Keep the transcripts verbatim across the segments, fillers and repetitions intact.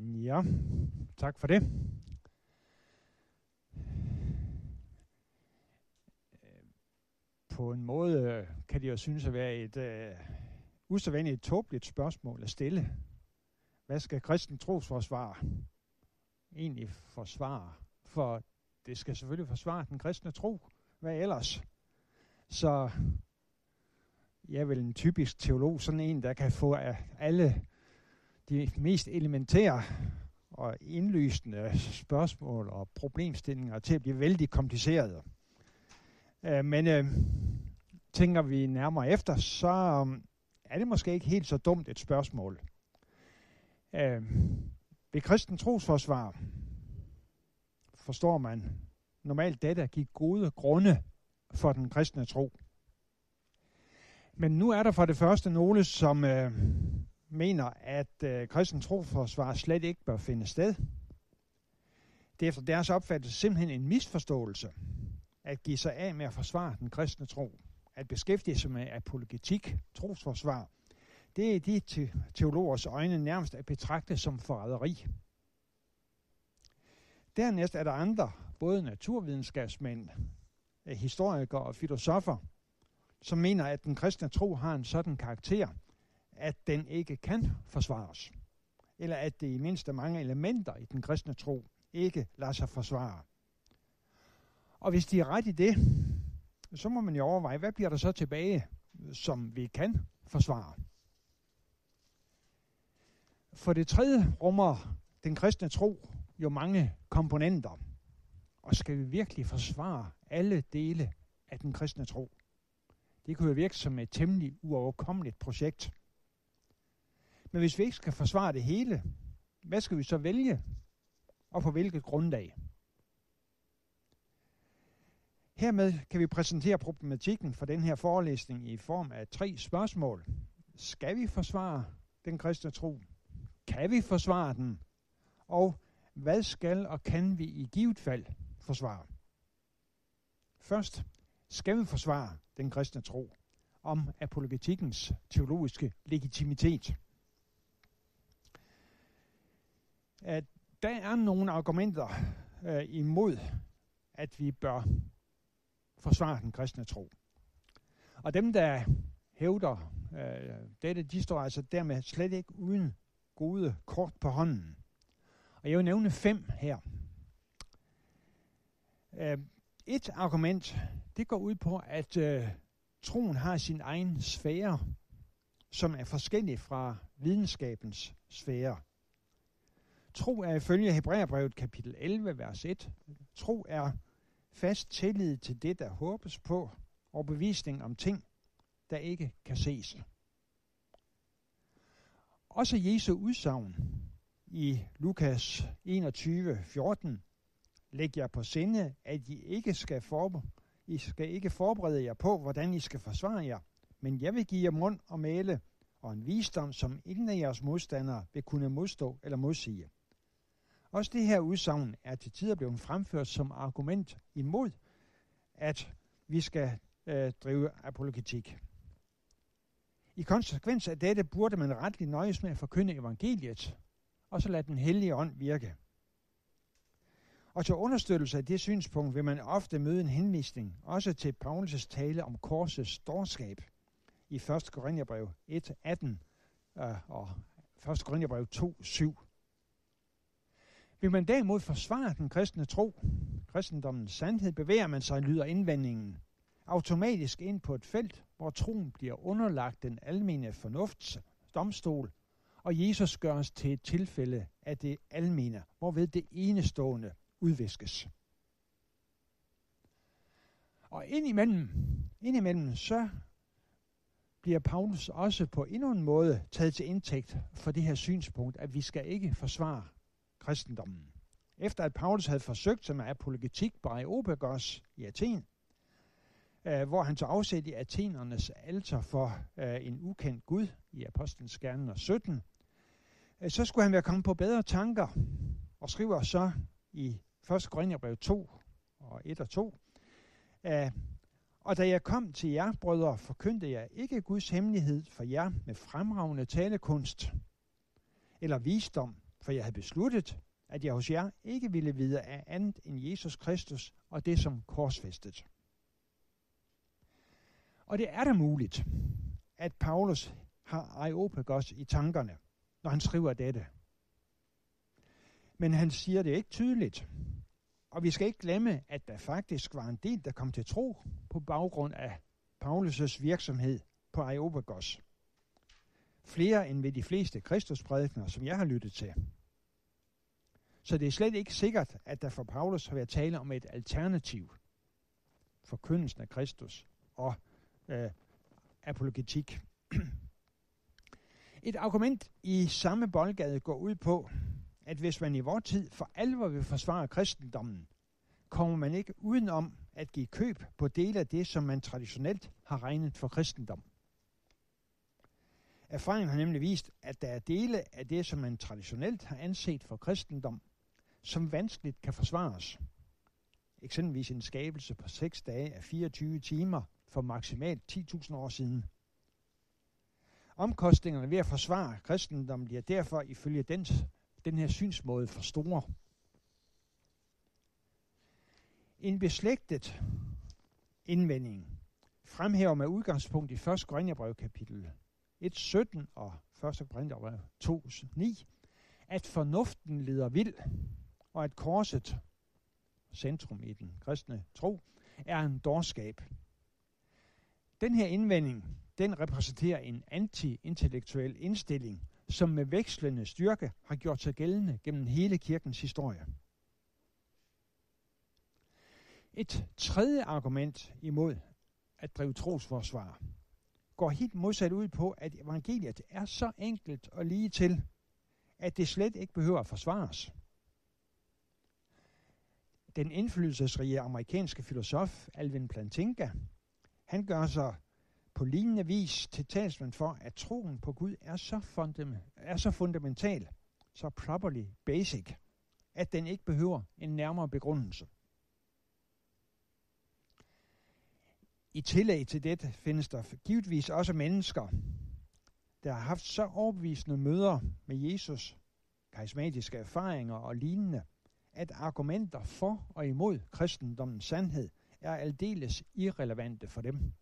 Ja, tak for det. På en måde kan det jo synes at være et uh, usædvanligt tåbeligt spørgsmål at stille. Hvad skal kristen trosforsvar egentlig forsvare? For det skal selvfølgelig forsvare den kristne tro. Hvad ellers? Så jeg er vel en typisk teolog, sådan en, der kan få alle de mest elementære og indlysende spørgsmål og problemstillinger til at blive vældig komplicerede. Uh, men uh, tænker vi nærmere efter, så um, er det måske ikke helt så dumt et spørgsmål. Uh, ved kristen trosforsvar forstår man normalt dette at give gode grunde for den kristne tro. Men nu er der for det første nogle, som uh, mener, at uh, kristen trosforsvar slet ikke bør finde sted. Det er efter deres opfattelse simpelthen en misforståelse at give sig af med at forsvare den kristne tro. At beskæftige sig med apologetik, trosforsvar, det er i de te- teologers øjne nærmest at betragte som forræderi. Dernæst er der andre, både naturvidenskabsmænd, historikere og filosofer, som mener, at den kristne tro har en sådan karakter, at den ikke kan forsvares. Eller at det i mindste mange elementer i den kristne tro ikke lader sig forsvare. Og hvis de er ret i det, så må man jo overveje, hvad bliver der så tilbage, som vi kan forsvare. For det tredje rummer den kristne tro jo mange komponenter. Og skal vi virkelig forsvare alle dele af den kristne tro? Det kunne jo virke som et temmelig uoverkommeligt projekt. Men hvis vi ikke skal forsvare det hele, hvad skal vi så vælge? Og på hvilket grundlag? Hermed kan vi præsentere problematikken for den her forelæsning i form af tre spørgsmål. Skal vi forsvare den kristne tro? Kan vi forsvare den? Og hvad skal og kan vi i givet fald forsvare? Først, skal vi forsvare den kristne tro om apologetikkens teologiske legitimitet? At der er nogle argumenter øh, imod, at vi bør forsvare den kristne tro. Og dem, der hævder øh, dette, de står altså dermed slet ikke uden gode kort på hånden. Og jeg vil nævne fem her. Øh, et argument, det går ud på, at øh, troen har sin egen sfære, som er forskellig fra videnskabens sfære. Tro er ifølge Hebræerbrevet kapitel elleve, vers et. Tro er fast tillid til det, der håbes på, og bevisning om ting, der ikke kan ses. Også Jesu udsagn i Lukas enogtyve fjorten, læg jer på sinde, at I ikke skal, forbe- I skal ikke forberede jer på, hvordan I skal forsvare jer, men jeg vil give jer mund og mæle, og en visdom, som ingen af jeres modstandere vil kunne modstå eller modsige. Også det her udsagn er til tider blevet fremført som argument imod, at vi skal øh, drive apologetik. I konsekvens af dette burde man retligt nøjes med at forkynde evangeliet, og så lade den hellige ånd virke. Og til understøttelse af det synspunkt vil man ofte møde en henvisning, også til Paulus' tale om korsets dårskab i første Korintherbrev et atten øh, og første Korintherbrev to syv. Vil man derimod forsvare den kristne tro, kristendommens sandhed, bevæger man sig, lyder indvendingen, automatisk ind på et felt, hvor troen bliver underlagt den almene fornufts domstol, og Jesus gøres til et tilfælde af det almene, hvorved det enestående udviskes. Og indimellem, indimellem så bliver Paulus også på endnu en måde taget til indtægt for det her synspunkt, at vi skal ikke forsvare kristendommen. Efter at Paulus havde forsøgt sig med apologetik på Areopagos i Athen, øh, hvor han tog afsæt i athenernes alter for øh, en ukendt gud i Apostlenes Gerninger sytten, øh, så skulle han være kommet på bedre tanker, og skriver så i første Korintherbrev to og et og to, øh, og da jeg kom til jer, brødre, forkyndte jeg ikke Guds hemmelighed for jer med fremragende talekunst eller visdom, For jeg havde besluttet, at jeg hos jer ikke ville vide af andet end Jesus Kristus og det som korsfæstet. Og det er da muligt, at Paulus har Areopagos i tankerne, når han skriver dette. Men han siger det ikke tydeligt. Og vi skal ikke glemme, at der faktisk var en del, der kom til tro på baggrund af Paulus' virksomhed på Areopagos. Flere end ved de fleste kristusprædikener, som jeg har lyttet til. Så det er slet ikke sikkert, at der for Paulus har været tale om et alternativ for forkyndelsen af Kristus og øh, apologetik. Et argument i samme boldgade går ud på, at hvis man i vor tid for alvor vil forsvare kristendommen, kommer man ikke udenom at give køb på dele af det, som man traditionelt har regnet for kristendom. Erfaringen har nemlig vist, at der er dele af det, som man traditionelt har anset for kristendom, som vanskeligt kan forsvares. Eksempelvis en skabelse på seks dage af fireogtyve timer for maksimalt ti tusind år siden. Omkostningerne ved at forsvare kristendommen bliver derfor ifølge den, den her synsmåde for store. En beslægtet indvending fremhæver med udgangspunkt i første Korintherbrev kapitel et sytten og første Korintherbrev to ni, at fornuften leder vild, og at korset, centrum i den kristne tro, er en dårskab. Den her indvending, den repræsenterer en anti-intellektuel indstilling, som med vekslende styrke har gjort sig gældende gennem hele kirkens historie. Et tredje argument imod at drive trosforsvar går helt modsat ud på, at evangeliet er så enkelt og lige til, at det slet ikke behøver at forsvares. Den indflydelsesrige amerikanske filosof Alvin Plantinga, han gør sig på lignende vis til talsmand for, at troen på Gud er så, fundam- er så fundamental, så properly basic, at den ikke behøver en nærmere begrundelse. I tillæg til dette findes der givetvis også mennesker, der har haft så overbevisende møder med Jesus, karismatiske erfaringer og lignende, at argumenter for og imod kristendommens sandhed er aldeles irrelevante for dem.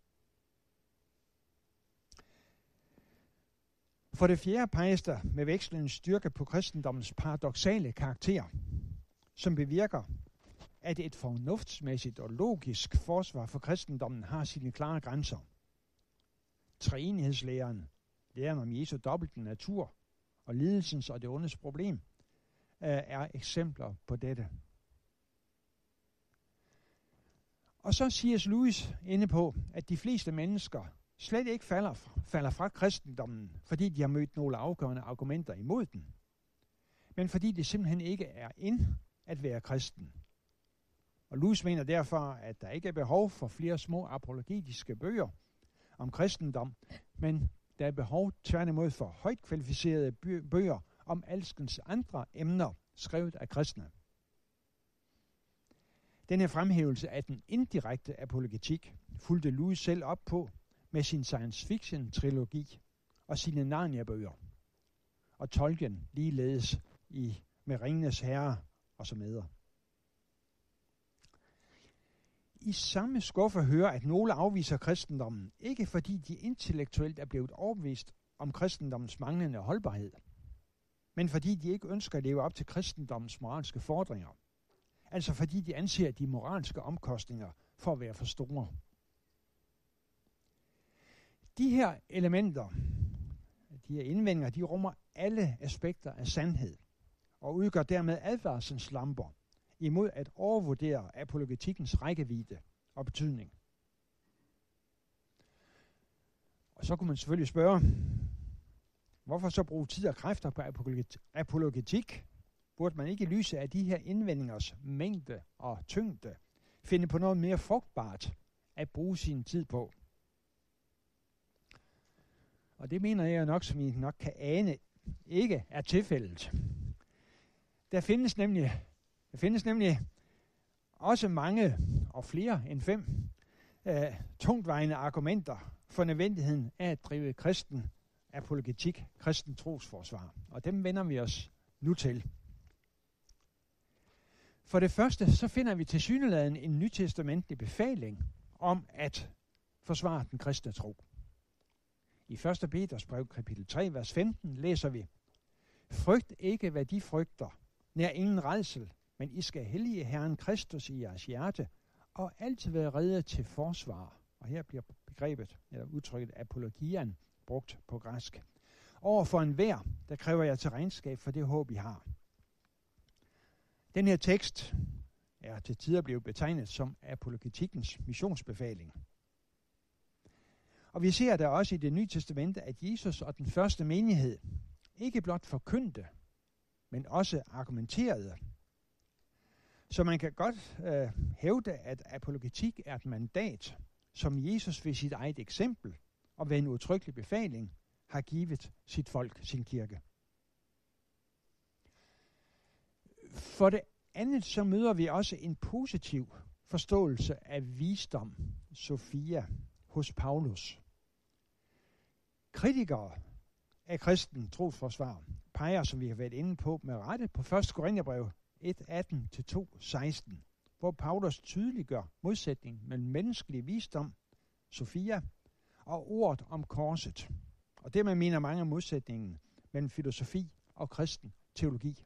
For det fjerde peges der med vekslende styrke på kristendommens paradoksale karakter, som bevirker, at et fornuftsmæssigt og logisk forsvar for kristendommen har sine klare grænser. Treenighedslæren, læren om Jesu dobbelte natur og lidelsens og det ondes problem, er eksempler på dette. Og så siger C S Lewis inde på, at de fleste mennesker slet ikke falder fra, falder fra kristendommen, fordi de har mødt nogle afgørende argumenter imod den, men fordi det simpelthen ikke er ind at være kristen. Og Lewis mener derfor, at der ikke er behov for flere små apologetiske bøger om kristendom, men der er behov tværtimod for højt kvalificerede bøger om alskens andre emner, skrevet af kristne. Denne fremhævelse af den indirekte apologetik fulgte Lewis selv op på med sin science fiction trilogi og sine Narnia-bøger, og Tolkien ligeledes i med Ringenes Herre og så videre. I samme skuffe hører, at nogle afviser kristendommen, ikke fordi de intellektuelt er blevet overbevist om kristendommens manglende holdbarhed, men fordi de ikke ønsker at leve op til kristendommens moralske fordringer. Altså fordi de anser de moralske omkostninger for at være for store. De her elementer, de her indvendinger, de rummer alle aspekter af sandhed og udgør dermed advarselslamper imod at overvurdere apologetikkens rækkevidde og betydning. Og så kunne man selvfølgelig spørge, hvorfor så bruge tid og kræfter på apologetik? Burde man ikke i lyset af de her indvendingers mængde og tyngde finde på noget mere frugtbart at bruge sin tid på? Og det mener jeg nok, som I nok kan ane, ikke er tilfældet. Der findes nemlig, der findes nemlig også mange og flere end fem uh, tungtvejende argumenter for nødvendigheden af at drive kristen apologetik, kristen trosforsvar. Og dem vender vi os nu til. For det første, så finder vi tilsyneladende en nytestamentlig befaling om at forsvare den kristne tro. I første Peters brev, kapitel tre, vers femten, læser vi: Frygt ikke, hvad de frygter, nær ingen rædsel, men I skal hellige Herren Kristus i jeres hjerte, og altid være rede til forsvar. Og her bliver begrebet, eller udtrykket apologian, brugt på græsk. Over for enhver, der kræver jeg til regnskab for det håb, I har. Den her tekst er til tider blevet betegnet som apologetikkens missionsbefaling. Og vi ser der også i Det Nye Testamente, at Jesus og den første menighed ikke blot forkyndte, men også argumenterede. Så man kan godt øh, hævde, at apologetik er et mandat, som Jesus ved sit eget eksempel og ved en udtrykkelig befaling har givet sit folk, sin kirke. For det andet så møder vi også en positiv forståelse af visdom, Sofia, hos Paulus. Kritikere af kristen trosforsvar peger, som vi har været inde på med rette, på første Korintherbrev et atten til to seksten, hvor Paulus tydeliggør modsætningen mellem menneskelig visdom, Sofia, og ordet om korset. Og det man mener mange af modsætningen mellem filosofi og kristen teologi.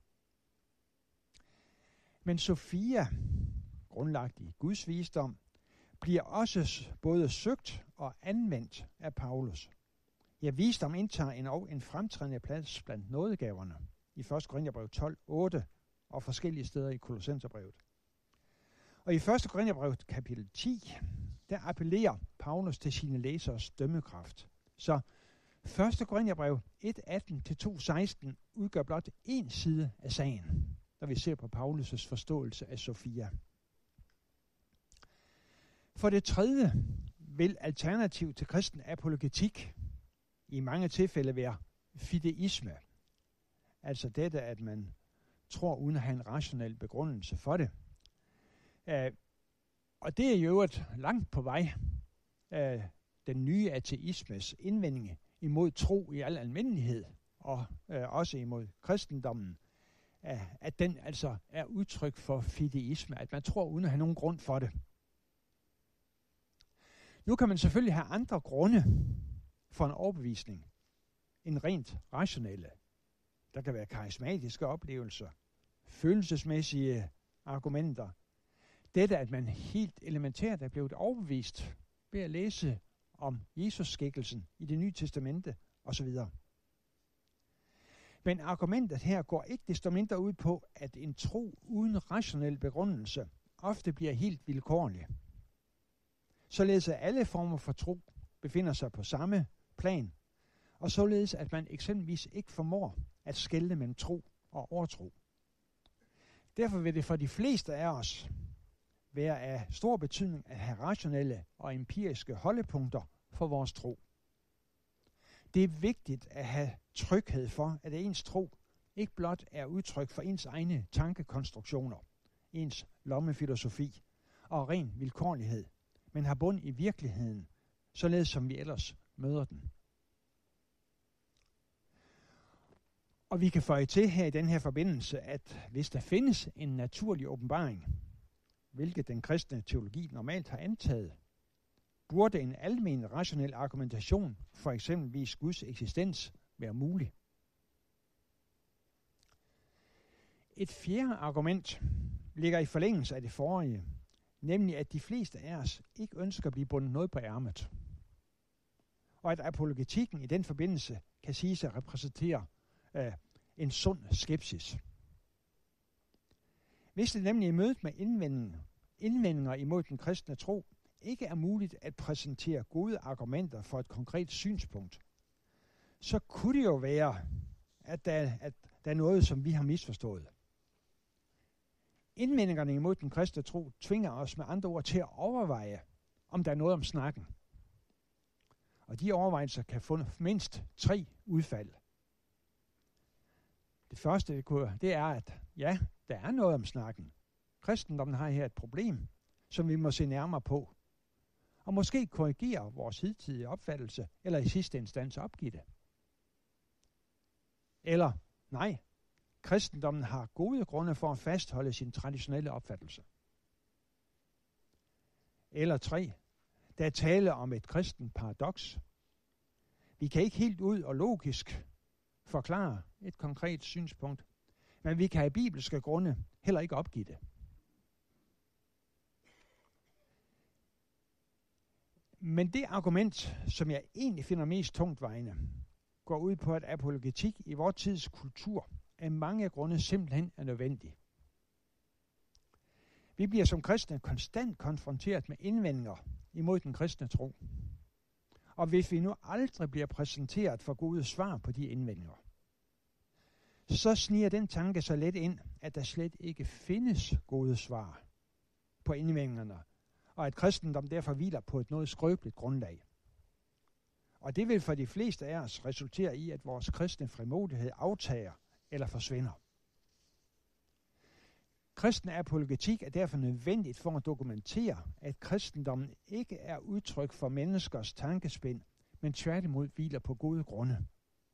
Men Sofia, grundlagt i Guds visdom, bliver også både søgt og anvendt af Paulus. Ja, visdom indtager en, og en fremtrædende plads blandt nådegaverne i første Korintherbrev tolv otte og forskellige steder i Kolossenserbrevet. Og i første Korintherbrev kapitel ti, der appellerer Paulus til sine læseres dømmekraft. Så første Korintherbrev et atten til to seksten udgør blot en side af sagen, når vi ser på Paulus' forståelse af Sofia. For det tredje vil alternativ til kristen apologetik i mange tilfælde være fideisme. Altså dette, at man tror uden at have en rationel begrundelse for det. Uh, og det er jo et langt på vej uh, den nye ateismes indvending imod tro i al almindelighed, og uh, også imod kristendommen, uh, at den altså er udtryk for fideisme, at man tror uden at have nogen grund for det. Nu kan man selvfølgelig have andre grunde for en overbevisning end rent rationelle. Der kan være karismatiske oplevelser, følelsesmæssige argumenter. Dette, at man helt elementært er blevet overbevist ved at læse om Jesus-skikkelsen i Det Nye Testamente osv. Men argumentet her går ikke desto mindre ud på, at en tro uden rationel begrundelse ofte bliver helt vilkårlig. Således at alle former for tro befinder sig på samme plan, og således at man eksempelvis ikke formår at skelne mellem tro og overtro. Derfor vil det for de fleste af os være af stor betydning at have rationelle og empiriske holdepunkter for vores tro. Det er vigtigt at have tryghed for, at ens tro ikke blot er udtryk for ens egne tankekonstruktioner, ens lommefilosofi og ren vilkårlighed, men har bund i virkeligheden, således som vi ellers møder den. Og vi kan føje til her i den her forbindelse, at hvis der findes en naturlig åbenbaring, hvilket den kristne teologi normalt har antaget, burde en almen rationel argumentation for eksempelvis Guds eksistens være mulig. Et fjerde argument ligger i forlængelse af det forrige, nemlig at de fleste af os ikke ønsker at blive bundet noget på ærmet. Og at apologetikken i den forbindelse kan siges at repræsentere øh, en sund skepsis. Hvis det nemlig i mødet med indvendinger, indvendinger imod den kristne tro ikke er muligt at præsentere gode argumenter for et konkret synspunkt, så kunne det jo være, at der, at der er noget, som vi har misforstået. Indvendingerne imod den kristne tro tvinger os med andre ord til at overveje, om der er noget om snakken. Og de overvejelser kan få mindst tre udfald. Det første, det er, at ja, der er noget om snakken. Kristendommen har her et problem, som vi må se nærmere på. Og måske korrigere vores hidtidige opfattelse, eller i sidste instans opgive det. Eller, nej, kristendommen har gode grunde for at fastholde sin traditionelle opfattelse. Eller tre, der er tale om et kristent paradoks. Vi kan ikke helt ud og logisk forklare et konkret synspunkt, men vi kan af bibelske grunde heller ikke opgive det. Men det argument, som jeg egentlig finder mest tungtvejende, går ud på, at apologetik i vores tids kultur af mange grunde simpelthen er nødvendig. Vi bliver som kristne konstant konfronteret med indvendinger imod den kristne tro. Og hvis vi nu aldrig bliver præsenteret for gode svar på de indvendinger, så sniger den tanke så let ind, at der slet ikke findes gode svar på indvendingerne, og at kristendom derfor hviler på et noget skrøbeligt grundlag. Og det vil for de fleste af os resultere i, at vores kristne frimodighed aftager eller forsvinder. Kristen apologetik er derfor nødvendigt for at dokumentere, at kristendommen ikke er udtryk for menneskers tankespind, men tværtimod hviler på gode grunde.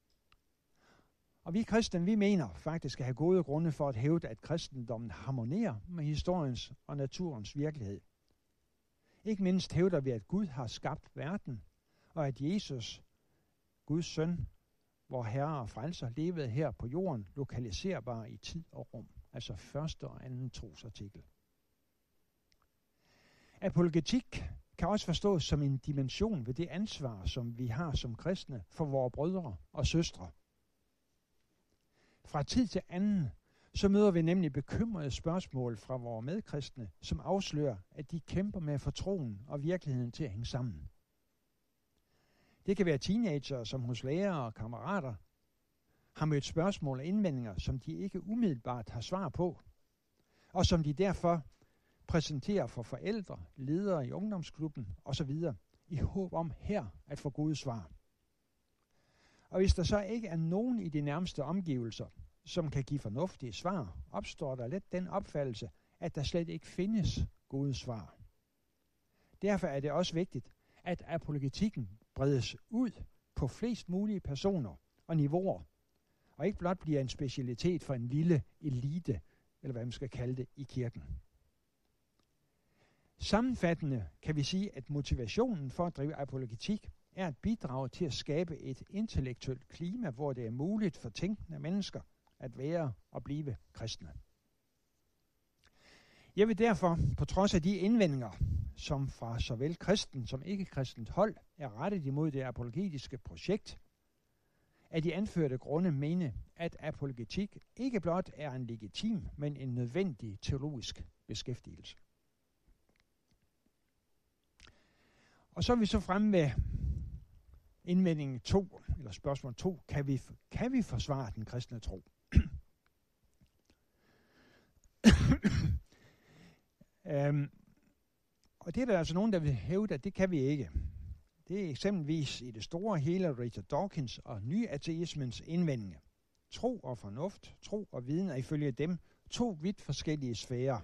Og vi kristne, vi mener faktisk at have gode grunde for at hævde, at kristendommen harmonerer med historiens og naturens virkelighed. Ikke mindst hævder vi, at Gud har skabt verden, og at Jesus, Guds søn, vor herre og frelser, levede her på jorden, lokaliserbar i tid og rum. Altså første og anden trosartikel. Apologetik kan også forstås som en dimension ved det ansvar, som vi har som kristne for vores brødre og søstre. Fra tid til anden, så møder vi nemlig bekymrede spørgsmål fra vores medkristne, som afslører, at de kæmper med at få troen og virkeligheden til at hænge sammen. Det kan være teenager, som hos lærere og kammerater har mødt spørgsmål og indvendinger, som de ikke umiddelbart har svar på, og som de derfor præsenterer for forældre, ledere i ungdomsklubben osv. i håb om her at få gode svar. Og hvis der så ikke er nogen i de nærmeste omgivelser, som kan give fornuftige svar, opstår der let den opfattelse, at der slet ikke findes gode svar. Derfor er det også vigtigt, at apologetikken bredes ud på flest mulige personer og niveauer, og ikke blot bliver en specialitet for en lille elite, eller hvad man skal kalde det, i kirken. Sammenfattende kan vi sige, at motivationen for at drive apologetik er at bidrage til at skabe et intellektuelt klima, hvor det er muligt for tænkende mennesker at være og blive kristne. Jeg vil derfor, på trods af de indvendinger, som fra såvel kristen som ikke-kristent hold er rettet imod det apologetiske projekt, af de anførte grunde mene, at apologetik ikke blot er en legitim, men en nødvendig teologisk beskæftigelse. Og så er vi så fremme ved indvendingen to, eller spørgsmål to, kan vi, kan vi forsvare den kristne tro? øhm, og det er der altså nogen, der vil hævde, at det kan vi ikke. Det er eksempelvis i det store hele Richard Dawkins og nyateismens indvending. Tro og fornuft, tro og viden er ifølge dem to vidt forskellige sfærer.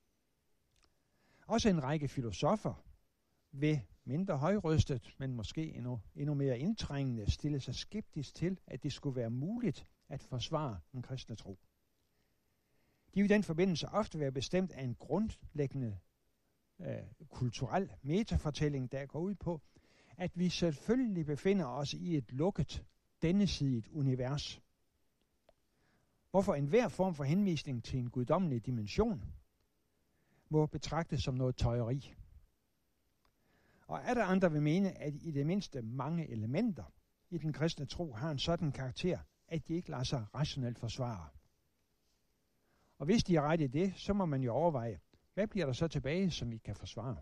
Også en række filosofer vil mindre højrøstet, men måske endnu, endnu mere indtrængende, stille sig skeptisk til, at det skulle være muligt at forsvare den kristne tro. De vil i den forbindelse ofte være bestemt af en grundlæggende øh, kulturel metafortælling, der går ud på, at vi selvfølgelig befinder os i et lukket, dennesidigt univers, hvorfor enhver form for henvisning til en guddommelig dimension må betragtes som noget tøjeri. Og er der andre vil mene, at i det mindste mange elementer i den kristne tro har en sådan karakter, at de ikke lader sig rationelt forsvare. Og hvis de er ret i det, så må man jo overveje, hvad bliver der så tilbage, som vi kan forsvare?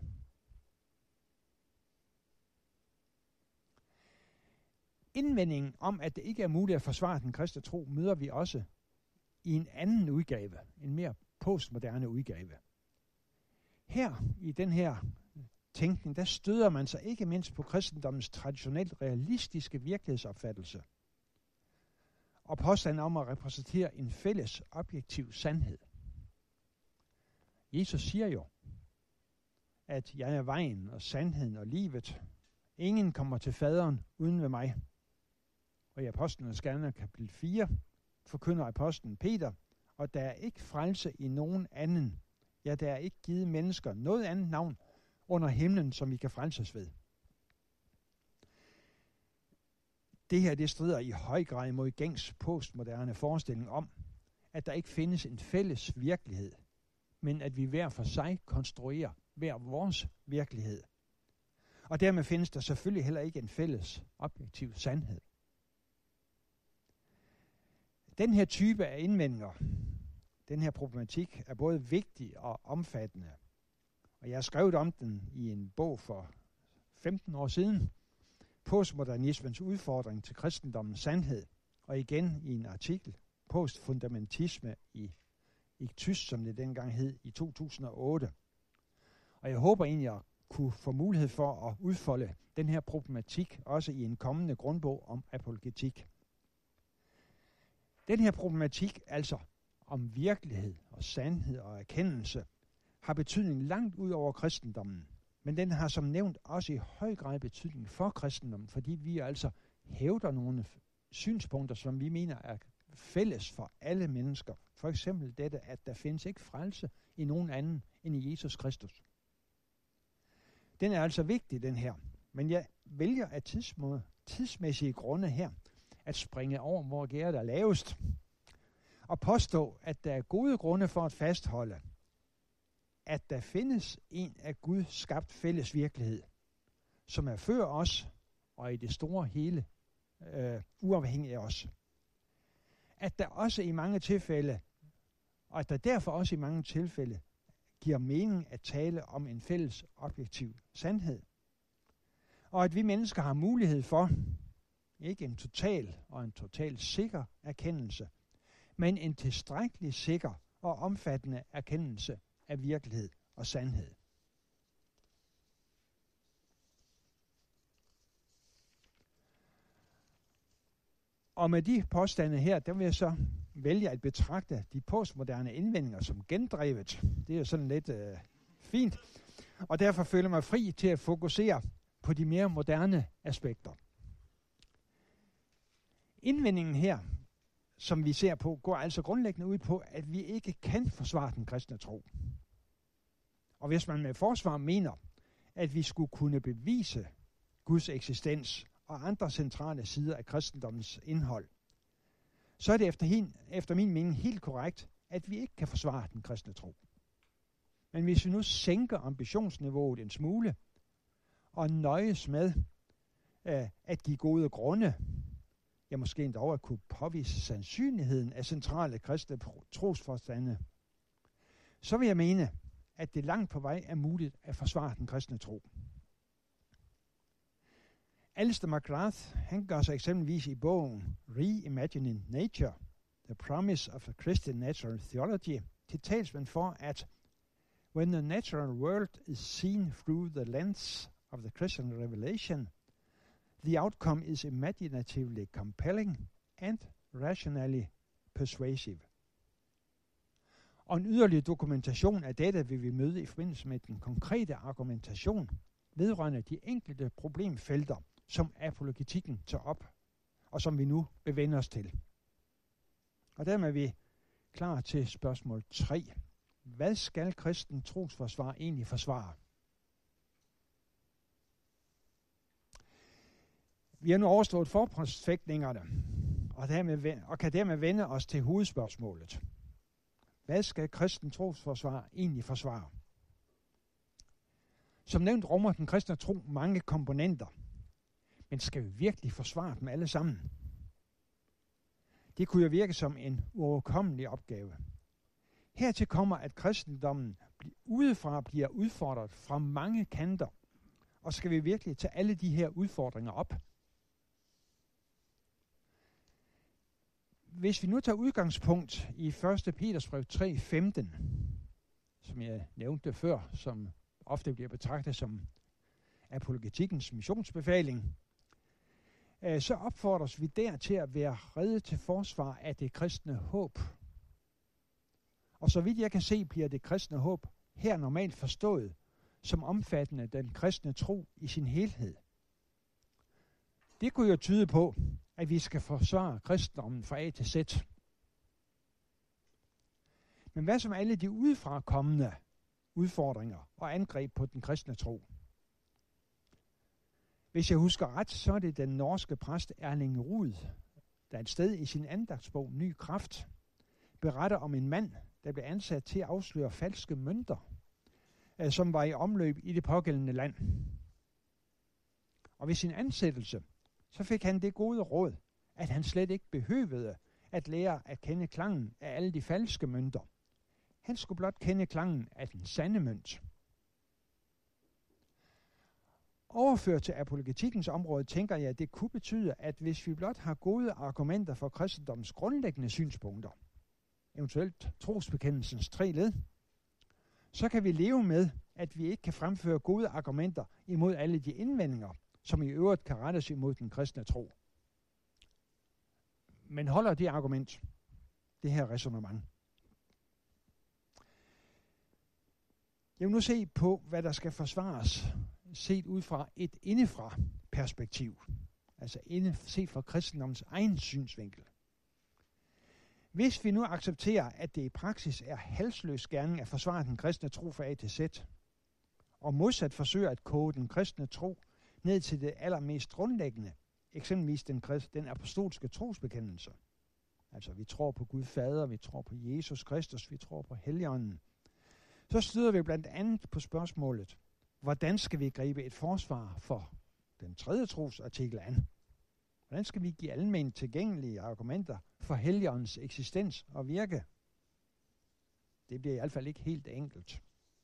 Indvendingen om, at det ikke er muligt at forsvare den kristne tro, møder vi også i en anden udgave, en mere postmoderne udgave. Her, i den her tænkning, der støder man sig ikke mindst på kristendommens traditionelt realistiske virkelighedsopfattelse og påstanden om at repræsentere en fælles objektiv sandhed. Jesus siger jo, at jeg er vejen og sandheden og livet. Ingen kommer til faderen uden ved mig. Og i Apostlenes Gerninger kapitel fire forkynder apostlen Peter, og der er ikke frelse i nogen anden. Ja, der er ikke givet mennesker noget andet navn under himlen, som vi kan frelses ved. Det her, det strider i høj grad imod gængs postmoderne forestilling om, at der ikke findes en fælles virkelighed, men at vi hver for sig konstruerer hver vores virkelighed. Og dermed findes der selvfølgelig heller ikke en fælles objektiv sandhed. Den her type af indvendinger, den her problematik, er både vigtig og omfattende. Og jeg har skrevet om den i en bog for femten år siden, Postmodernismens udfordring til kristendommens sandhed, og igen i en artikel, Postfundamentisme i, i tysk, som det dengang hed, i to tusind og otte. Og jeg håber egentlig at kunne få mulighed for at udfolde den her problematik, også i en kommende grundbog om apologetik. Den her problematik, altså om virkelighed og sandhed og erkendelse, har betydning langt ud over kristendommen. Men den har som nævnt også i høj grad betydning for kristendommen, fordi vi altså hævder nogle synspunkter, som vi mener er fælles for alle mennesker. For eksempel dette, at der findes ikke frelse i nogen anden end i Jesus Kristus. Den er altså vigtig, den her. Men jeg vælger af tidsmåde, tidsmæssige grunde her at springe over, hvor gærdet er lavest, og påstå, at der er gode grunde for at fastholde, at der findes en af Gud skabt fælles virkelighed, som er før os og i det store hele øh, uafhængig af os. At der også i mange tilfælde, og at der derfor også i mange tilfælde, giver mening at tale om en fælles objektiv sandhed. Og at vi mennesker har mulighed for, ikke en total og en total sikker erkendelse, men en tilstrækkelig sikker og omfattende erkendelse af virkelighed og sandhed. Og med de påstande her, der vil jeg så vælge at betragte de postmoderne indvendinger som gendrevet. Det er jo sådan lidt øh, fint, og derfor føler jeg mig fri til at fokusere på de mere moderne aspekter. Indvendingen her, som vi ser på, går altså grundlæggende ud på, at vi ikke kan forsvare den kristne tro. Og hvis man med forsvar mener, at vi skulle kunne bevise Guds eksistens og andre centrale sider af kristendommens indhold, så er det efter, hin, efter min mening helt korrekt, at vi ikke kan forsvare den kristne tro. Men hvis vi nu sænker ambitionsniveauet en smule, og nøjes med uh, at give gode grunde, ja måske endda over at kunne påvise sandsynligheden af centrale kristne trosforstande, så vil jeg mene, at det langt på vej er muligt at forsvare den kristne tro. Alistair McGrath, han gør sig eksempelvis i bogen Reimagining Nature, The Promise of a Christian Natural Theology, til talsmand for, at when the natural world is seen through the lens of the Christian revelation, the outcome is imaginatively compelling and rationally persuasive. Og en yderligere dokumentation af dette vil vi møde i forbindelse med den konkrete argumentation vedrørende de enkelte problemfelter, som apologetikken tager op, og som vi nu bevænder os til. Og dermed er vi klar til spørgsmål tre. Hvad skal kristen trosforsvar egentlig forsvare? Vi har nu overstået forpostfægtningerne, og, dermed, og kan dermed vende os til hovedspørgsmålet. Hvad skal kristen trosforsvar egentlig forsvare? Som nævnt rummer den kristne tro mange komponenter, men skal vi virkelig forsvare dem alle sammen? Det kunne jo virke som en uoverkommelig opgave. Hertil kommer, at kristendommen udefra bliver udfordret fra mange kanter, og skal vi virkelig tage alle de her udfordringer op? Hvis vi nu tager udgangspunkt i første Petersbrev tre femten, som jeg nævnte før, som ofte bliver betragtet som apologetikkens missionsbefaling, øh, så opfordres vi der til at være rede til forsvar af det kristne håb. Og så vidt jeg kan se, bliver det kristne håb her normalt forstået som omfattende den kristne tro i sin helhed. Det kunne jo tyde på, at vi skal forsvare kristendommen fra A til Z. Men hvad som alle de udefra kommende udfordringer og angreb på den kristne tro? Hvis jeg husker ret, så er det den norske præst Erling Rud, der et sted i sin andagtsbog Ny Kraft beretter om en mand, der blev ansat til at afsløre falske mønter, som var i omløb i det pågældende land. Og ved sin ansættelse, så fik han det gode råd, at han slet ikke behøvede at lære at kende klangen af alle de falske mønter. Han skulle blot kende klangen af den sande mønt. Overført til apologetikkens område tænker jeg, at det kunne betyde, at hvis vi blot har gode argumenter for kristendommens grundlæggende synspunkter, eventuelt trosbekendelsens tre led, så kan vi leve med, at vi ikke kan fremføre gode argumenter imod alle de indvendinger, som i øvrigt kan rettes imod den kristne tro. Men holder det argument, det her ræsonnement? Jeg vil nu se på, hvad der skal forsvares, set ud fra et indefra perspektiv, altså inde, set fra kristendommens egen synsvinkel. Hvis vi nu accepterer, at det i praksis er halsløs gerning at forsvare den kristne tro fra A til Z, og modsat forsøger at koge den kristne tro ned til det allermest grundlæggende, eksempelvis den, den apostolske trosbekendelse. Altså vi tror på Gud Fader, vi tror på Jesus Kristus, vi tror på Helligånden. Så støder vi blandt andet på spørgsmålet, hvordan skal vi gribe et forsvar for den tredje trosartikel an? Hvordan skal vi give almen tilgængelige argumenter for Helligåndens eksistens og virke? Det bliver i hvert fald ikke helt enkelt.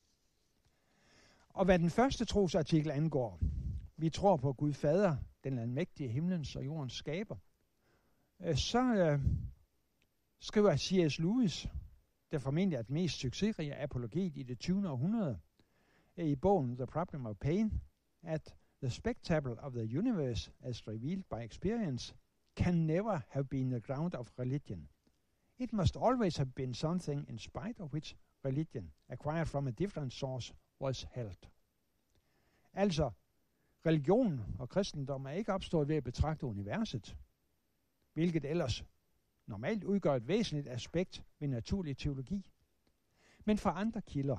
Og hvad den første trosartikel angår, vi tror på Gud Fader, den almægtige himlens og jordens skaber, så øh, skriver C S Lewis, der formentlig er den mest succesrige apologet i det tyvende århundrede, i bogen The Problem of Pain, at the spectacle of the universe as revealed by experience can never have been the ground of religion. It must always have been something in spite of which religion, acquired from a different source, was held. Altså, religion og kristendom er ikke opstået ved at betragte universet, hvilket ellers normalt udgør et væsentligt aspekt ved naturlig teologi, men fra andre kilder.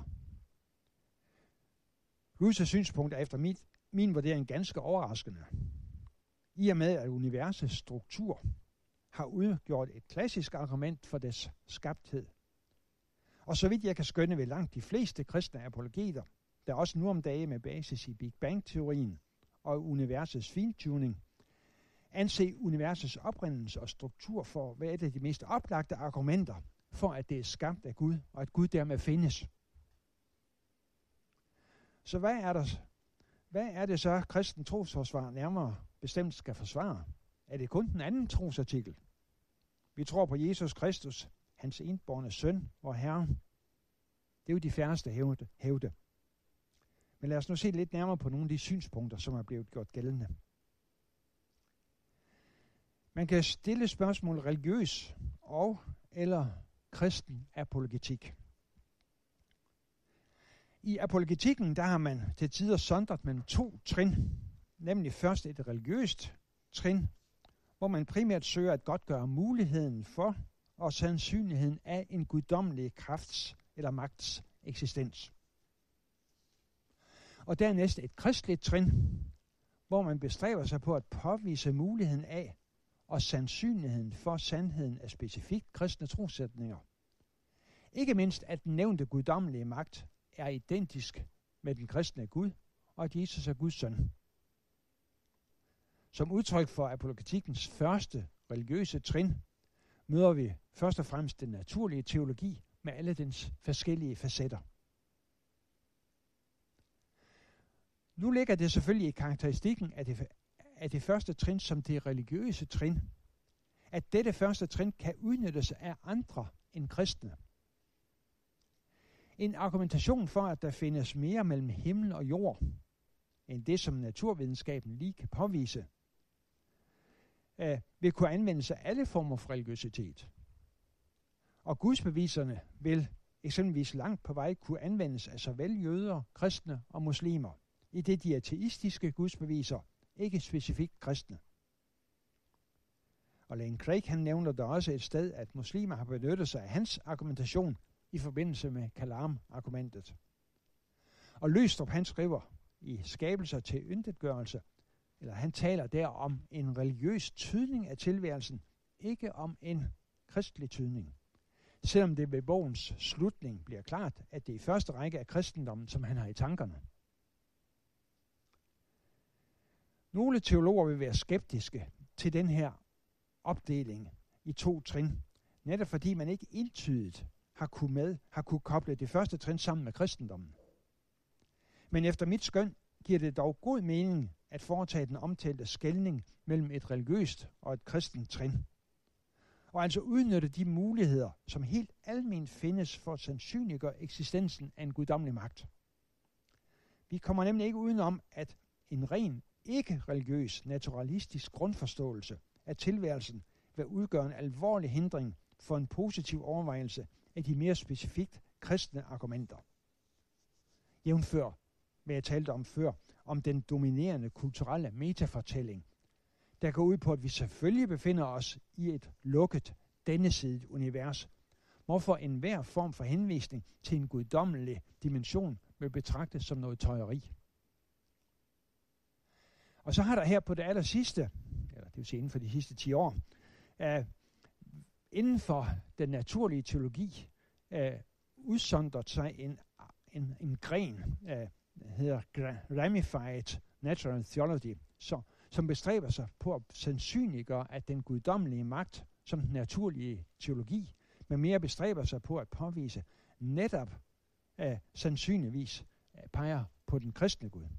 Lewis' synspunkt er efter min, min vurdering ganske overraskende, i og med at universets struktur har udgjort et klassisk argument for dets skabthed. Og så vidt jeg kan skønne ved langt de fleste kristne apologeter, der også nu om dage med basis i Big Bang-teorien og universets fintuning, anse universets oprindelse og struktur for hvad er det de mest oplagte argumenter for, at det er skabt af Gud, og at Gud dermed findes. Så hvad er, der, hvad er det så, kristen trosforsvar nærmere bestemt skal forsvare? Er det kun den anden trosartikel? Vi tror på Jesus Kristus, hans enbårne søn, vor Herre. Det er jo de færreste hævde, hævde. Men lad os nu se lidt nærmere på nogle af de synspunkter, som er blevet gjort gældende. Man kan stille spørgsmål religiøs og eller kristen apologetik. I apologetikken, der har man til tider sondret mellem to trin, nemlig først et religiøst trin, hvor man primært søger at godtgøre muligheden for og sandsynligheden af en guddommelig krafts eller magts eksistens. Og dernæst et kristeligt trin, hvor man bestræber sig på at påvise muligheden af og sandsynligheden for sandheden af specifikt kristne trossætninger. Ikke mindst at den nævnte guddommelige magt er identisk med den kristne Gud, og at Jesus er Guds søn. Som udtryk for apologetikkens første religiøse trin, møder vi først og fremmest den naturlige teologi med alle dens forskellige facetter. Nu ligger det selvfølgelig i karakteristikken af det, af det første trin som det religiøse trin, at dette første trin kan udnyttes af andre end kristne. En argumentation for, at der findes mere mellem himmel og jord, end det, som naturvidenskaben lige kan påvise, øh, vil kunne anvendes af alle former for religiøsitet. Og gudsbeviserne vil eksempelvis langt på vej kunne anvendes af såvel jøder, kristne og muslimer, i det de ateistiske gudsbeviser, ikke specifikt kristne. Og Lane Craig han nævner der også et sted, at muslimer har benyttet sig af hans argumentation i forbindelse med Kalam-argumentet. Og Løgstrup, han skriver i Skabelser til yntetgørelse, eller han taler der om en religiøs tydning af tilværelsen, ikke om en kristelig tydning. Selvom det ved bogens slutning bliver klart, at det i første række er kristendommen, som han har i tankerne. Nogle teologer vil være skeptiske til den her opdeling i to trin, netop fordi man ikke entydigt har kunne, med, har kunne koble det første trin sammen med kristendommen. Men efter mit skøn giver det dog god mening at foretage den omtalte skelning mellem et religiøst og et kristent trin. Og altså udnytte de muligheder, som helt alment findes for at sandsynliggøre eksistensen af en guddommelig magt. Vi kommer nemlig ikke udenom, at en ren ikke-religiøs naturalistisk grundforståelse af tilværelsen vil udgøre en alvorlig hindring for en positiv overvejelse af de mere specifikt kristne argumenter. Jævnfør, hvad jeg talte om før, om den dominerende kulturelle metafortælling, der går ud på, at vi selvfølgelig befinder os i et lukket, dennesidigt univers, hvorfor enhver form for henvisning til en guddommelig dimension vil betragtes som noget tøjeri. Og så har der her på det aller sidste, eller det vil sige inden for de sidste ti år, uh, inden for den naturlige teologi, uh, udsondret sig en, en, en gren, uh, der hedder Ramified Natural Theology, så, som bestræber sig på at sandsynliggøre, at den guddommelige magt, som den naturlige teologi, men mere bestræber sig på at påvise, netop uh, sandsynligvis uh, peger på den kristne Gud.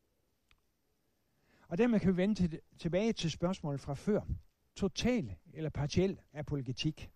Og dermed kan vi vende til, tilbage til spørgsmålet fra før. Total eller partiel apologetik.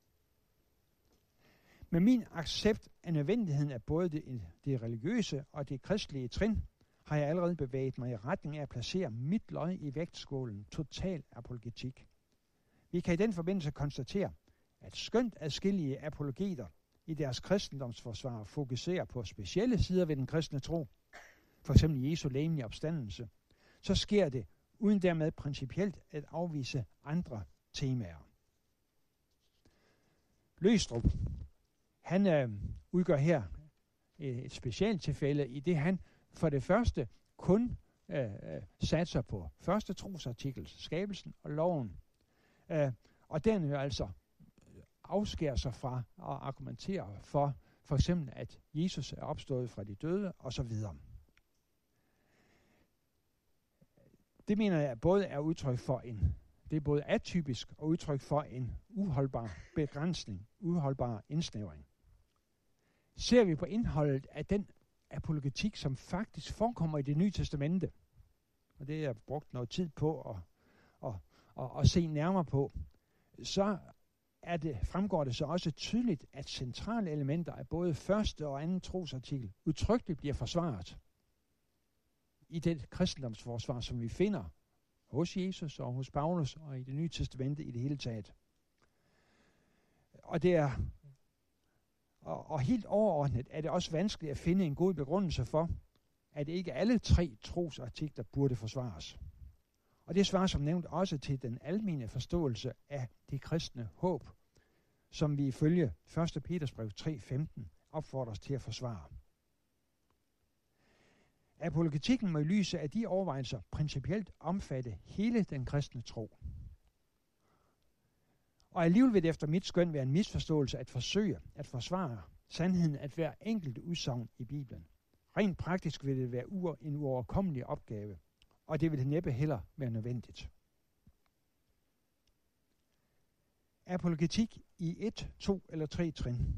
Med min accept af nødvendigheden af både det, det religiøse og det kristelige trin, har jeg allerede bevæget mig i retning af at placere mit lod i vægtskålen total apologetik. Vi kan i den forbindelse konstatere, at skønt adskillige apologeter i deres kristendomsforsvar fokuserer på specielle sider ved den kristne tro, f.eks. Jesu legemlige opstandelse, så sker det uden dermed principielt at afvise andre temaer. Løgstrup, han øh, udgør her et specielt tilfælde, i det han for det første kun øh, satser på første trosartikel, skabelsen og loven, øh, og den jo altså afskærer sig fra at argumentere for for eksempel, at Jesus er opstået fra de døde osv. Det mener jeg både er udtryk for en, det er både atypisk og udtryk for en uholdbar begrænsning, uholdbar indsnævring. Ser vi på indholdet af den apologetik, som faktisk forekommer i Det Nye Testamente, og det har jeg brugt noget tid på at, at, at, at se nærmere på, så er det, fremgår det så også tydeligt, at centrale elementer af både første og anden trosartikel udtrykkeligt bliver forsvaret i det kristendomsforsvar, som vi finder hos Jesus og hos Paulus og i Det Nye Testamente i det hele taget. Og det er og, og helt overordnet er det også vanskeligt at finde en god begrundelse for, at ikke alle tre trosartikler burde forsvares. Og det svarer som nævnt også til den almene forståelse af det kristne håb, som vi ifølge første Petersbrev tre femten opfordres til at forsvare. Apologetikken må i lyset af de overvejelser principielt omfatte hele den kristne tro. Og alligevel vil det efter mit skøn være en misforståelse at forsøge at forsvare sandheden af hver enkelt udsagn i Bibelen. Rent praktisk vil det være ur- en uoverkommelig opgave, og det vil næppe heller være nødvendigt. Apologetik i et, to eller tre trin.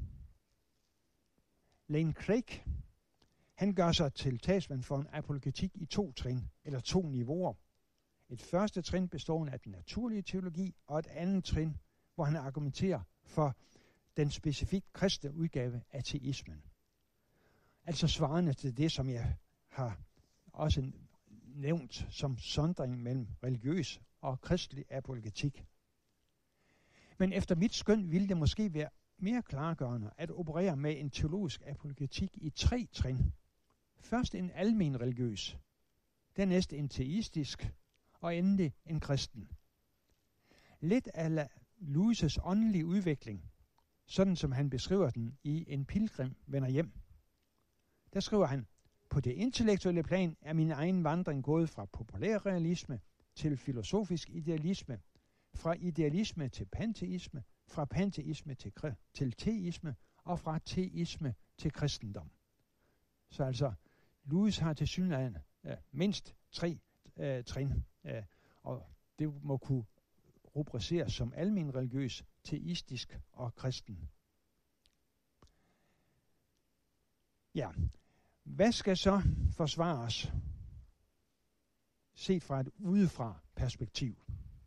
Lane Craig, han gør sig til talsmand for en apologetik i to trin, eller to niveauer. Et første trin bestående af den naturlige teologi, og et andet trin, hvor han argumenterer for den specifikt kristne udgave af teismen. Altså svarende til det, som jeg har også nævnt som sondring mellem religiøs og kristelig apologetik. Men efter mit skøn ville det måske være mere klargørende at operere med en teologisk apologetik i tre trin. Først en almen religiøs, dernæst en teistisk, og endelig en kristen. Lidt af Louis' åndelige udvikling sådan som han beskriver den i En pilgrim vender hjem. Der skriver han, på det intellektuelle plan er min egen vandring gået fra populærrealisme til filosofisk idealisme, fra idealisme til panteisme, fra panteisme til, til teisme og fra teisme til kristendom. Så altså, Lewis har til synligheden ja, mindst tre øh, trin, øh, og det må kunne rubriceres som almen religiøs, teistisk og kristen. Ja, hvad skal så forsvares set fra et udefra perspektiv?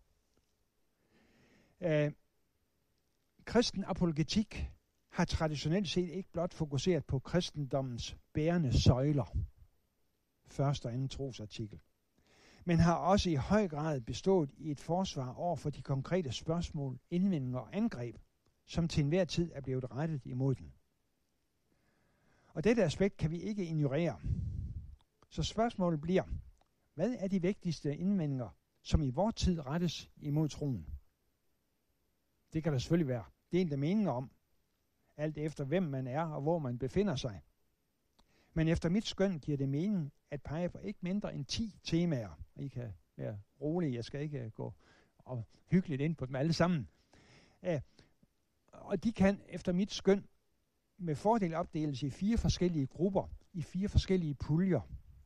Øh, kristen apologetik har traditionelt set ikke blot fokuseret på kristendommens bærende søjler, første og anden trosartikel, men har også i høj grad bestået i et forsvar over for de konkrete spørgsmål, indvendinger og angreb, som til enhver tid er blevet rettet imod den. Og dette aspekt kan vi ikke ignorere. Så spørgsmålet bliver, hvad er de vigtigste indvendinger, som i vor tid rettes imod troen? Det kan der selvfølgelig være delte meninger om, alt efter hvem man er og hvor man befinder sig. Men efter mit skøn giver det mening at pege på ikke mindre end ti temaer. I kan være rolige, jeg skal ikke gå og hyggeligt ind på dem alle sammen. Uh, og de kan efter mit skøn med fordel opdeles i fire forskellige grupper, i fire forskellige puljer.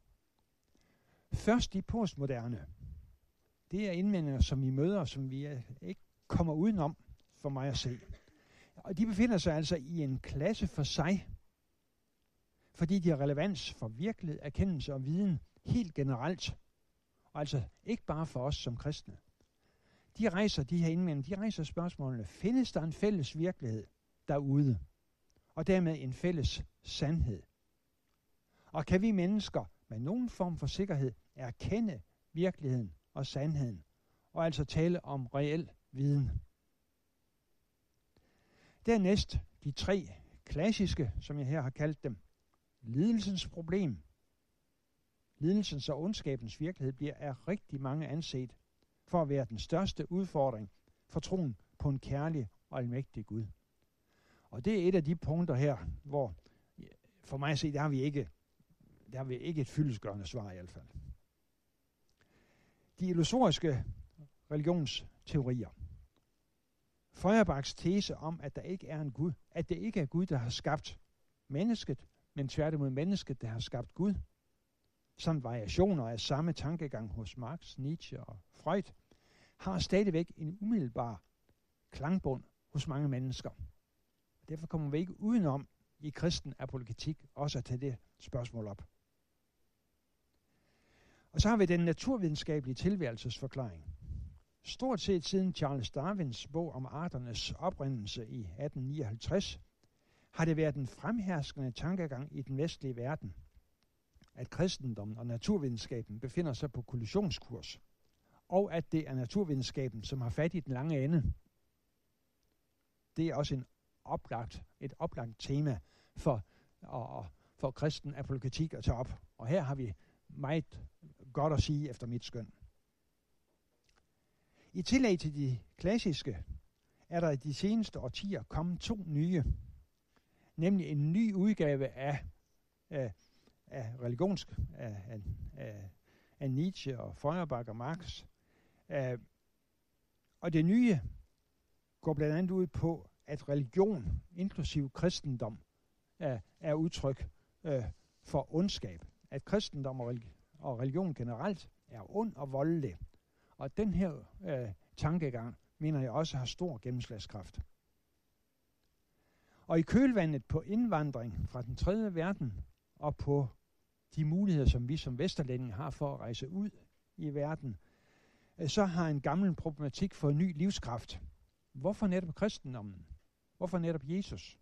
Først de postmoderne. Det er indvendinger, som vi møder, som vi ikke kommer udenom for mig at se. Og de befinder sig altså i en klasse for sig, fordi de har relevans for virkelighed, erkendelse og viden helt generelt. Og altså ikke bare for os som kristne. De rejser de her indvendinger, de rejser spørgsmålene, findes der en fælles virkelighed derude? Og dermed en fælles sandhed. Og kan vi mennesker med nogen form for sikkerhed erkende virkeligheden og sandheden, og altså tale om reel viden? Dernæst de tre klassiske, som jeg her har kaldt dem. Lidelsens problem. Lidelsens og ondskabens virkelighed bliver af rigtig mange anset for at være den største udfordring for troen på en kærlig og almægtig Gud. Og det er et af de punkter her, hvor for mig at se, der har vi ikke, der har vi ikke et fyldestgørende svar i hvert fald. De illusoriske religionsteorier. Feuerbachs tese om, at der ikke er en Gud, at det ikke er Gud, der har skabt mennesket, men tværtimod mennesket, der har skabt Gud, samt variationer af samme tankegang hos Marx, Nietzsche og Freud, har stadigvæk en umiddelbar klangbund hos mange mennesker. Derfor kommer vi ikke udenom i kristen apologetik også at tage det spørgsmål op. Og så har vi den naturvidenskabelige tilværelsesforklaring. Stort set siden Charles Darwins bog om arternes oprindelse i atten nioghalvtreds, har det været en fremherskende tankegang i den vestlige verden, at kristendommen og naturvidenskaben befinder sig på kollisionskurs, og at det er naturvidenskaben, som har fat i den lange ende. Det er også en oplagt, et oplagt tema for, og, for kristen apologetik at tage op. Og her har vi meget godt at sige efter mit skøn. I tillæg til de klassiske er der i de seneste årtier kommet to nye, nemlig en ny udgave af, af, af religionsk, af, af, af Nietzsche og Feuerbach og Marx. Uh, og det nye går blandt andet ud på, at religion, inklusiv kristendom, uh, er udtryk uh, for ondskab. At kristendom og, religi- og religion generelt er ond og voldelig. Og den her uh, tankegang, mener jeg også har stor gennemslagskraft. Og i kølvandet på indvandring fra den tredje verden og på de muligheder, som vi som vesterlændinge har for at rejse ud i verden, så har en gammel problematik fået ny livskraft. Hvorfor netop kristendommen? Hvorfor netop Jesus?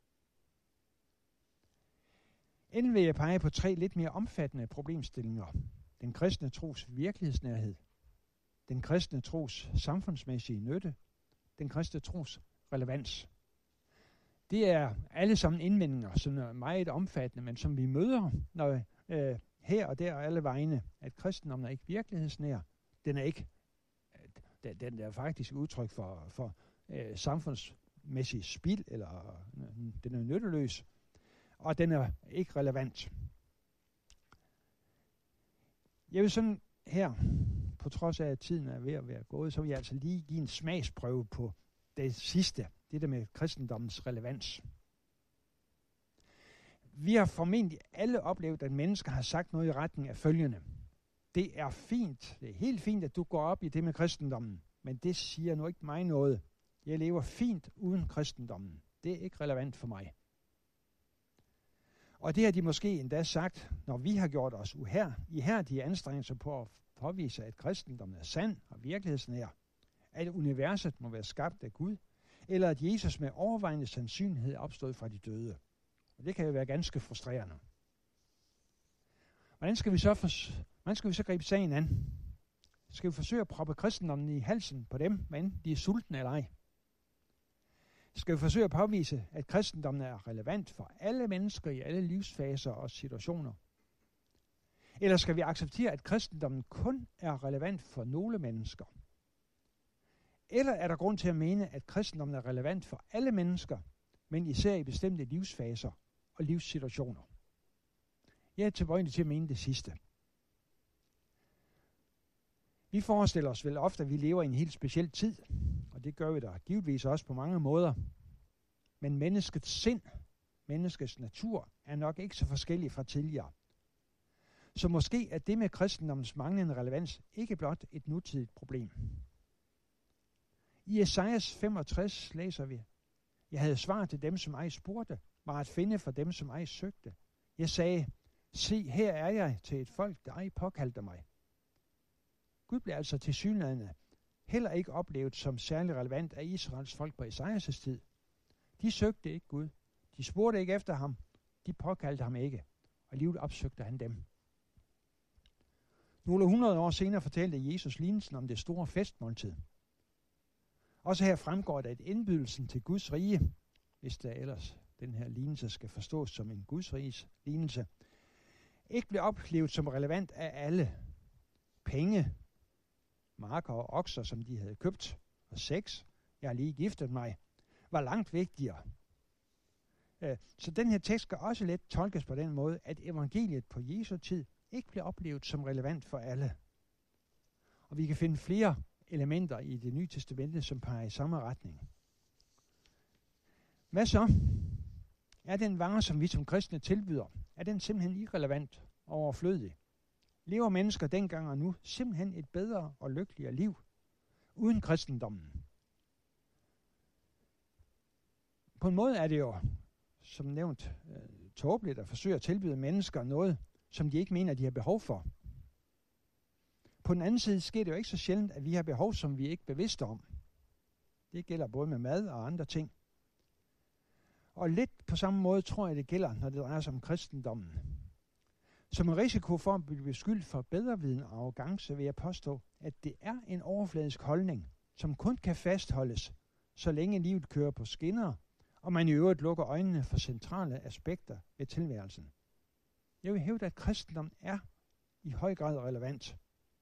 Endelig vil jeg pege på tre lidt mere omfattende problemstillinger. Den kristne tros virkelighedsnærhed, den kristne tros samfundsmæssige nytte, den kristne tros relevans. Det er alle sammen indvendinger, som er meget omfattende, men som vi møder når, øh, her og der og alle vegne, at kristendommen er ikke virkelighedsnær. Den er ikke, den, den er faktisk udtryk for, for øh, samfunds, tidsmæssig spild, eller den er nytteløs, og den er ikke relevant. Jeg vil sådan her, på trods af at tiden er ved at være gået, så vil jeg altså lige give en smagsprøve på det sidste, det der med kristendommens relevans. Vi har formentlig alle oplevet, at mennesker har sagt noget i retning af følgende: det er fint, det er helt fint, at du går op i det med kristendommen, men det siger nu ikke mig noget. Jeg lever fint uden kristendommen. Det er ikke relevant for mig. Og det har de måske endda sagt, når vi har gjort os uher, ihærdige anstrengelser på at påvise, at kristendommen er sand og virkelighedsnær, at universet må være skabt af Gud, eller at Jesus med overvejende sandsynlighed er opstået fra de døde. Og det kan jo være ganske frustrerende. Hvordan skal vi så, for, hvordan skal vi så gribe sagen an? Skal vi forsøge at proppe kristendommen i halsen på dem, hvad enten de er sultne eller ej? Skal vi forsøge at påvise, at kristendommen er relevant for alle mennesker i alle livsfaser og situationer? Eller skal vi acceptere, at kristendommen kun er relevant for nogle mennesker? Eller er der grund til at mene, at kristendommen er relevant for alle mennesker, men især i bestemte livsfaser og livssituationer? Jeg er tilbøjelig til at mene det sidste. Vi forestiller os vel ofte, at vi lever i en helt speciel tid, og det gør vi da givetvis også på mange måder. Men menneskets sind, menneskets natur, er nok ikke så forskellig fra tidligere. Så måske er det med kristendommens manglende relevans ikke blot et nutidigt problem. I Esajas femogtres læser vi: jeg havde svar til dem, som ej spurgte, var at finde for dem, som ej søgte. Jeg sagde: se, her er jeg til et folk, der ej påkaldte mig. Gud blev altså tilsyneladende heller ikke oplevet som særlig relevant af Israels folk på Esajas' tid. De søgte ikke Gud. De spurgte ikke efter ham. De påkaldte ham ikke. Og alligevel opsøgte han dem. Nogle hundrede år senere fortalte Jesus lignelsen om det store festmåltid. Også her fremgår det, at indbydelsen til Guds rige, hvis der ellers den her lignelse skal forstås som en Guds riges lignelse, ikke blev oplevet som relevant af alle. Penge, marker og okser, som de havde købt, og sex, jeg har lige giftet mig, var langt vigtigere. Så den her tekst kan også let tolkes på den måde, at evangeliet på Jesu tid ikke blev oplevet som relevant for alle. Og vi kan finde flere elementer i Det Nye Testamente, som peger i samme retning. Hvad så? Er den vare, som vi som kristne tilbyder, er den simpelthen irrelevant og overflødig? Lever mennesker dengang og nu simpelthen et bedre og lykkeligere liv uden kristendommen? På en måde er det jo, som nævnt, øh, tåbeligt at forsøge at tilbyde mennesker noget, som de ikke mener, de har behov for. På den anden side sker det jo ikke så sjældent, at vi har behov, som vi ikke er bevidste om. Det gælder både med mad og andre ting. Og lidt på samme måde tror jeg, det gælder, når det drejer sig om kristendommen. Som en risiko for at blive beskyldt for bedreviden og arrogance, vil jeg påstå, at det er en overfladisk holdning, som kun kan fastholdes, så længe livet kører på skinner, og man i øvrigt lukker øjnene for centrale aspekter ved tilværelsen. Jeg vil hævde, at kristendom er i høj grad relevant.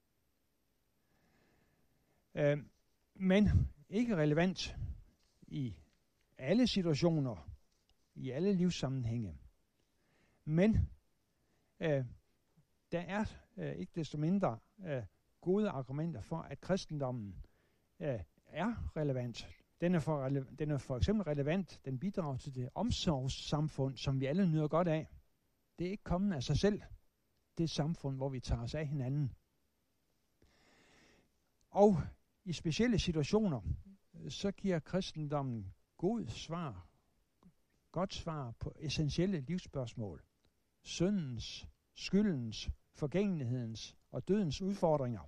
Øh, men ikke relevant i alle situationer, i alle livssammenhænge. Men øh, der er øh, ikke desto mindre øh, gode argumenter for, at kristendommen øh, er relevant. Den er, for rele- den er for eksempel relevant, den bidrager til det omsorgssamfund, som vi alle nyder godt af. Det er ikke kommet af sig selv. Det er et samfund, hvor vi tager os af hinanden. Og i specielle situationer, så giver kristendommen god svar, godt svar på essentielle livsspørgsmål. Syndens, skyldens, forgængelighedens og dødens udfordringer.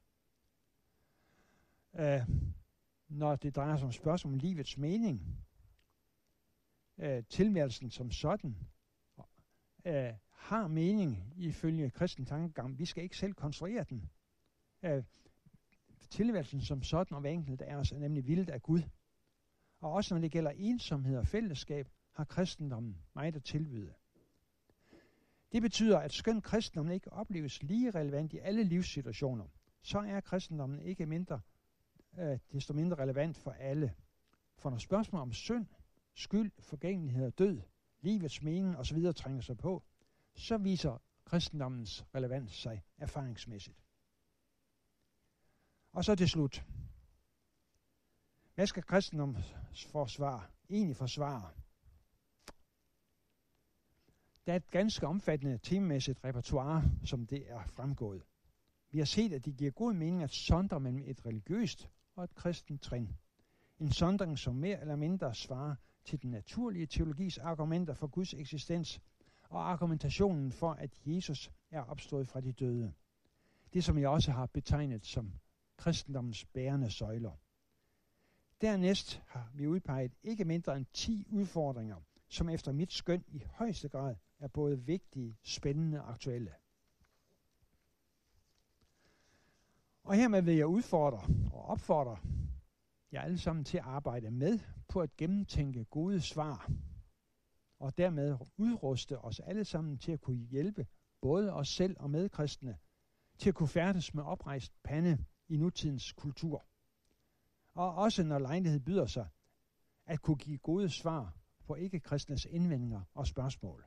Øh, når det drejer sig om spørgsmål om livets mening, øh, tilværelsen som sådan, øh, har mening ifølge kristen tankegang. Vi skal ikke selv konstruere den. Øh, tilværelsen som sådan og hver enkelt af os er nemlig vildt af Gud. Og også når det gælder ensomhed og fællesskab, har kristendommen meget at tilbyde. Det betyder, at skøn kristendommen ikke opleves lige relevant i alle livssituationer, så er kristendommen ikke mindre, øh, desto mindre relevant for alle. For når spørgsmålet om synd skyld, forgængelighed og død, livets mening osv. trænger sig på, så viser kristendommens relevans sig erfaringsmæssigt. Og så til slut. Hvad skal kristendommens forsvar egentlig forsvare? Der er et ganske omfattende temamæssigt repertoire, som det er fremgået. Vi har set, at det giver god mening at sondre mellem et religiøst og et kristent trin. En sondring, som mere eller mindre svarer til den naturlige teologis argumenter for Guds eksistens og argumentationen for, at Jesus er opstået fra de døde. Det, som jeg også har betegnet som kristendommens bærende søjler. Dernæst har vi udpeget ikke mindre end ti udfordringer, som efter mit skøn i højeste grad er både vigtige, spændende og aktuelle. Og hermed vil jeg udfordre og opfordre jer alle sammen til at arbejde med på at gennemtænke gode svar, og dermed udruste os alle sammen til at kunne hjælpe både os selv og medkristne til at kunne færdes med oprejst pande i nutidens kultur. Og også når lejlighed byder sig, at kunne give gode svar på ikke-kristnes indvendinger og spørgsmål.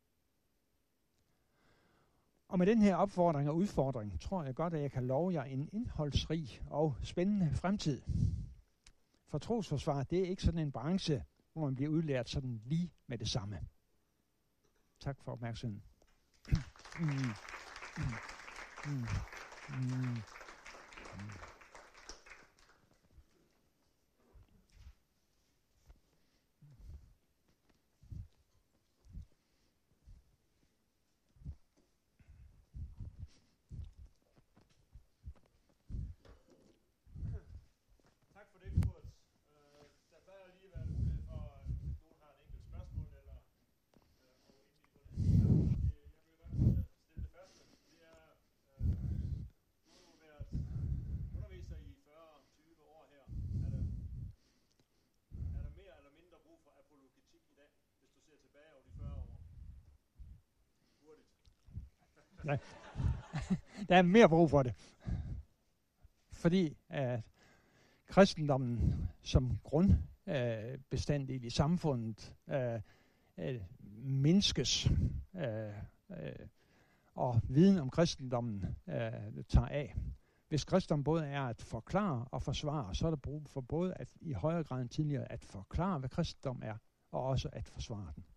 Og med den her opfordring og udfordring, tror jeg godt, at jeg kan love jer en indholdsrig og spændende fremtid. For trosforsvar, det er ikke sådan en branche, hvor man bliver udlært sådan lige med det samme. Tak for opmærksomheden. Mm. Mm. Mm. Mm. Nej. Der er mere brug for det. Fordi at kristendommen som grundbestanddel i samfundet øh, øh, mindskes, øh, øh, og viden om kristendommen øh, tager af. Hvis kristendom både er at forklare og forsvare, så er der brug for både at i højere grad end tidligere at forklare, hvad kristendom er, og også at forsvare den.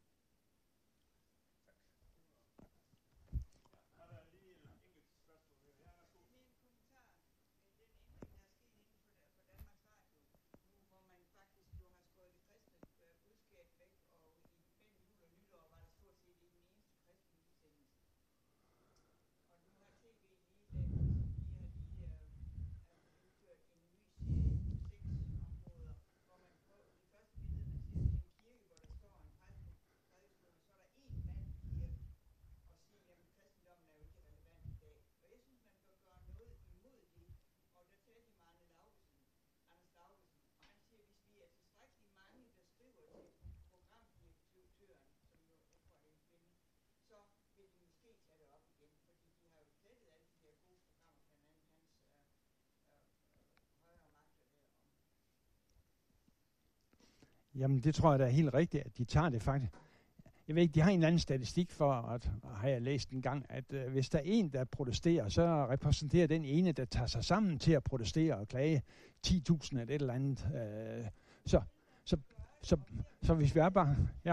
Jamen, det tror jeg, der er helt rigtigt, at de tager det faktisk. Jeg ved ikke, de har en eller anden statistik for, at, har jeg læst en gang, at øh, hvis der er en, der protesterer, så repræsenterer den ene, der tager sig sammen til at protestere og klage ti tusind eller et eller andet. Øh, så, så, så, så hvis vi er bare... Ja.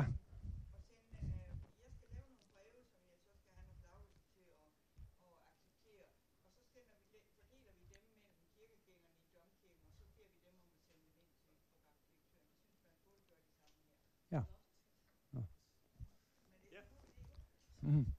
Ja. Mm.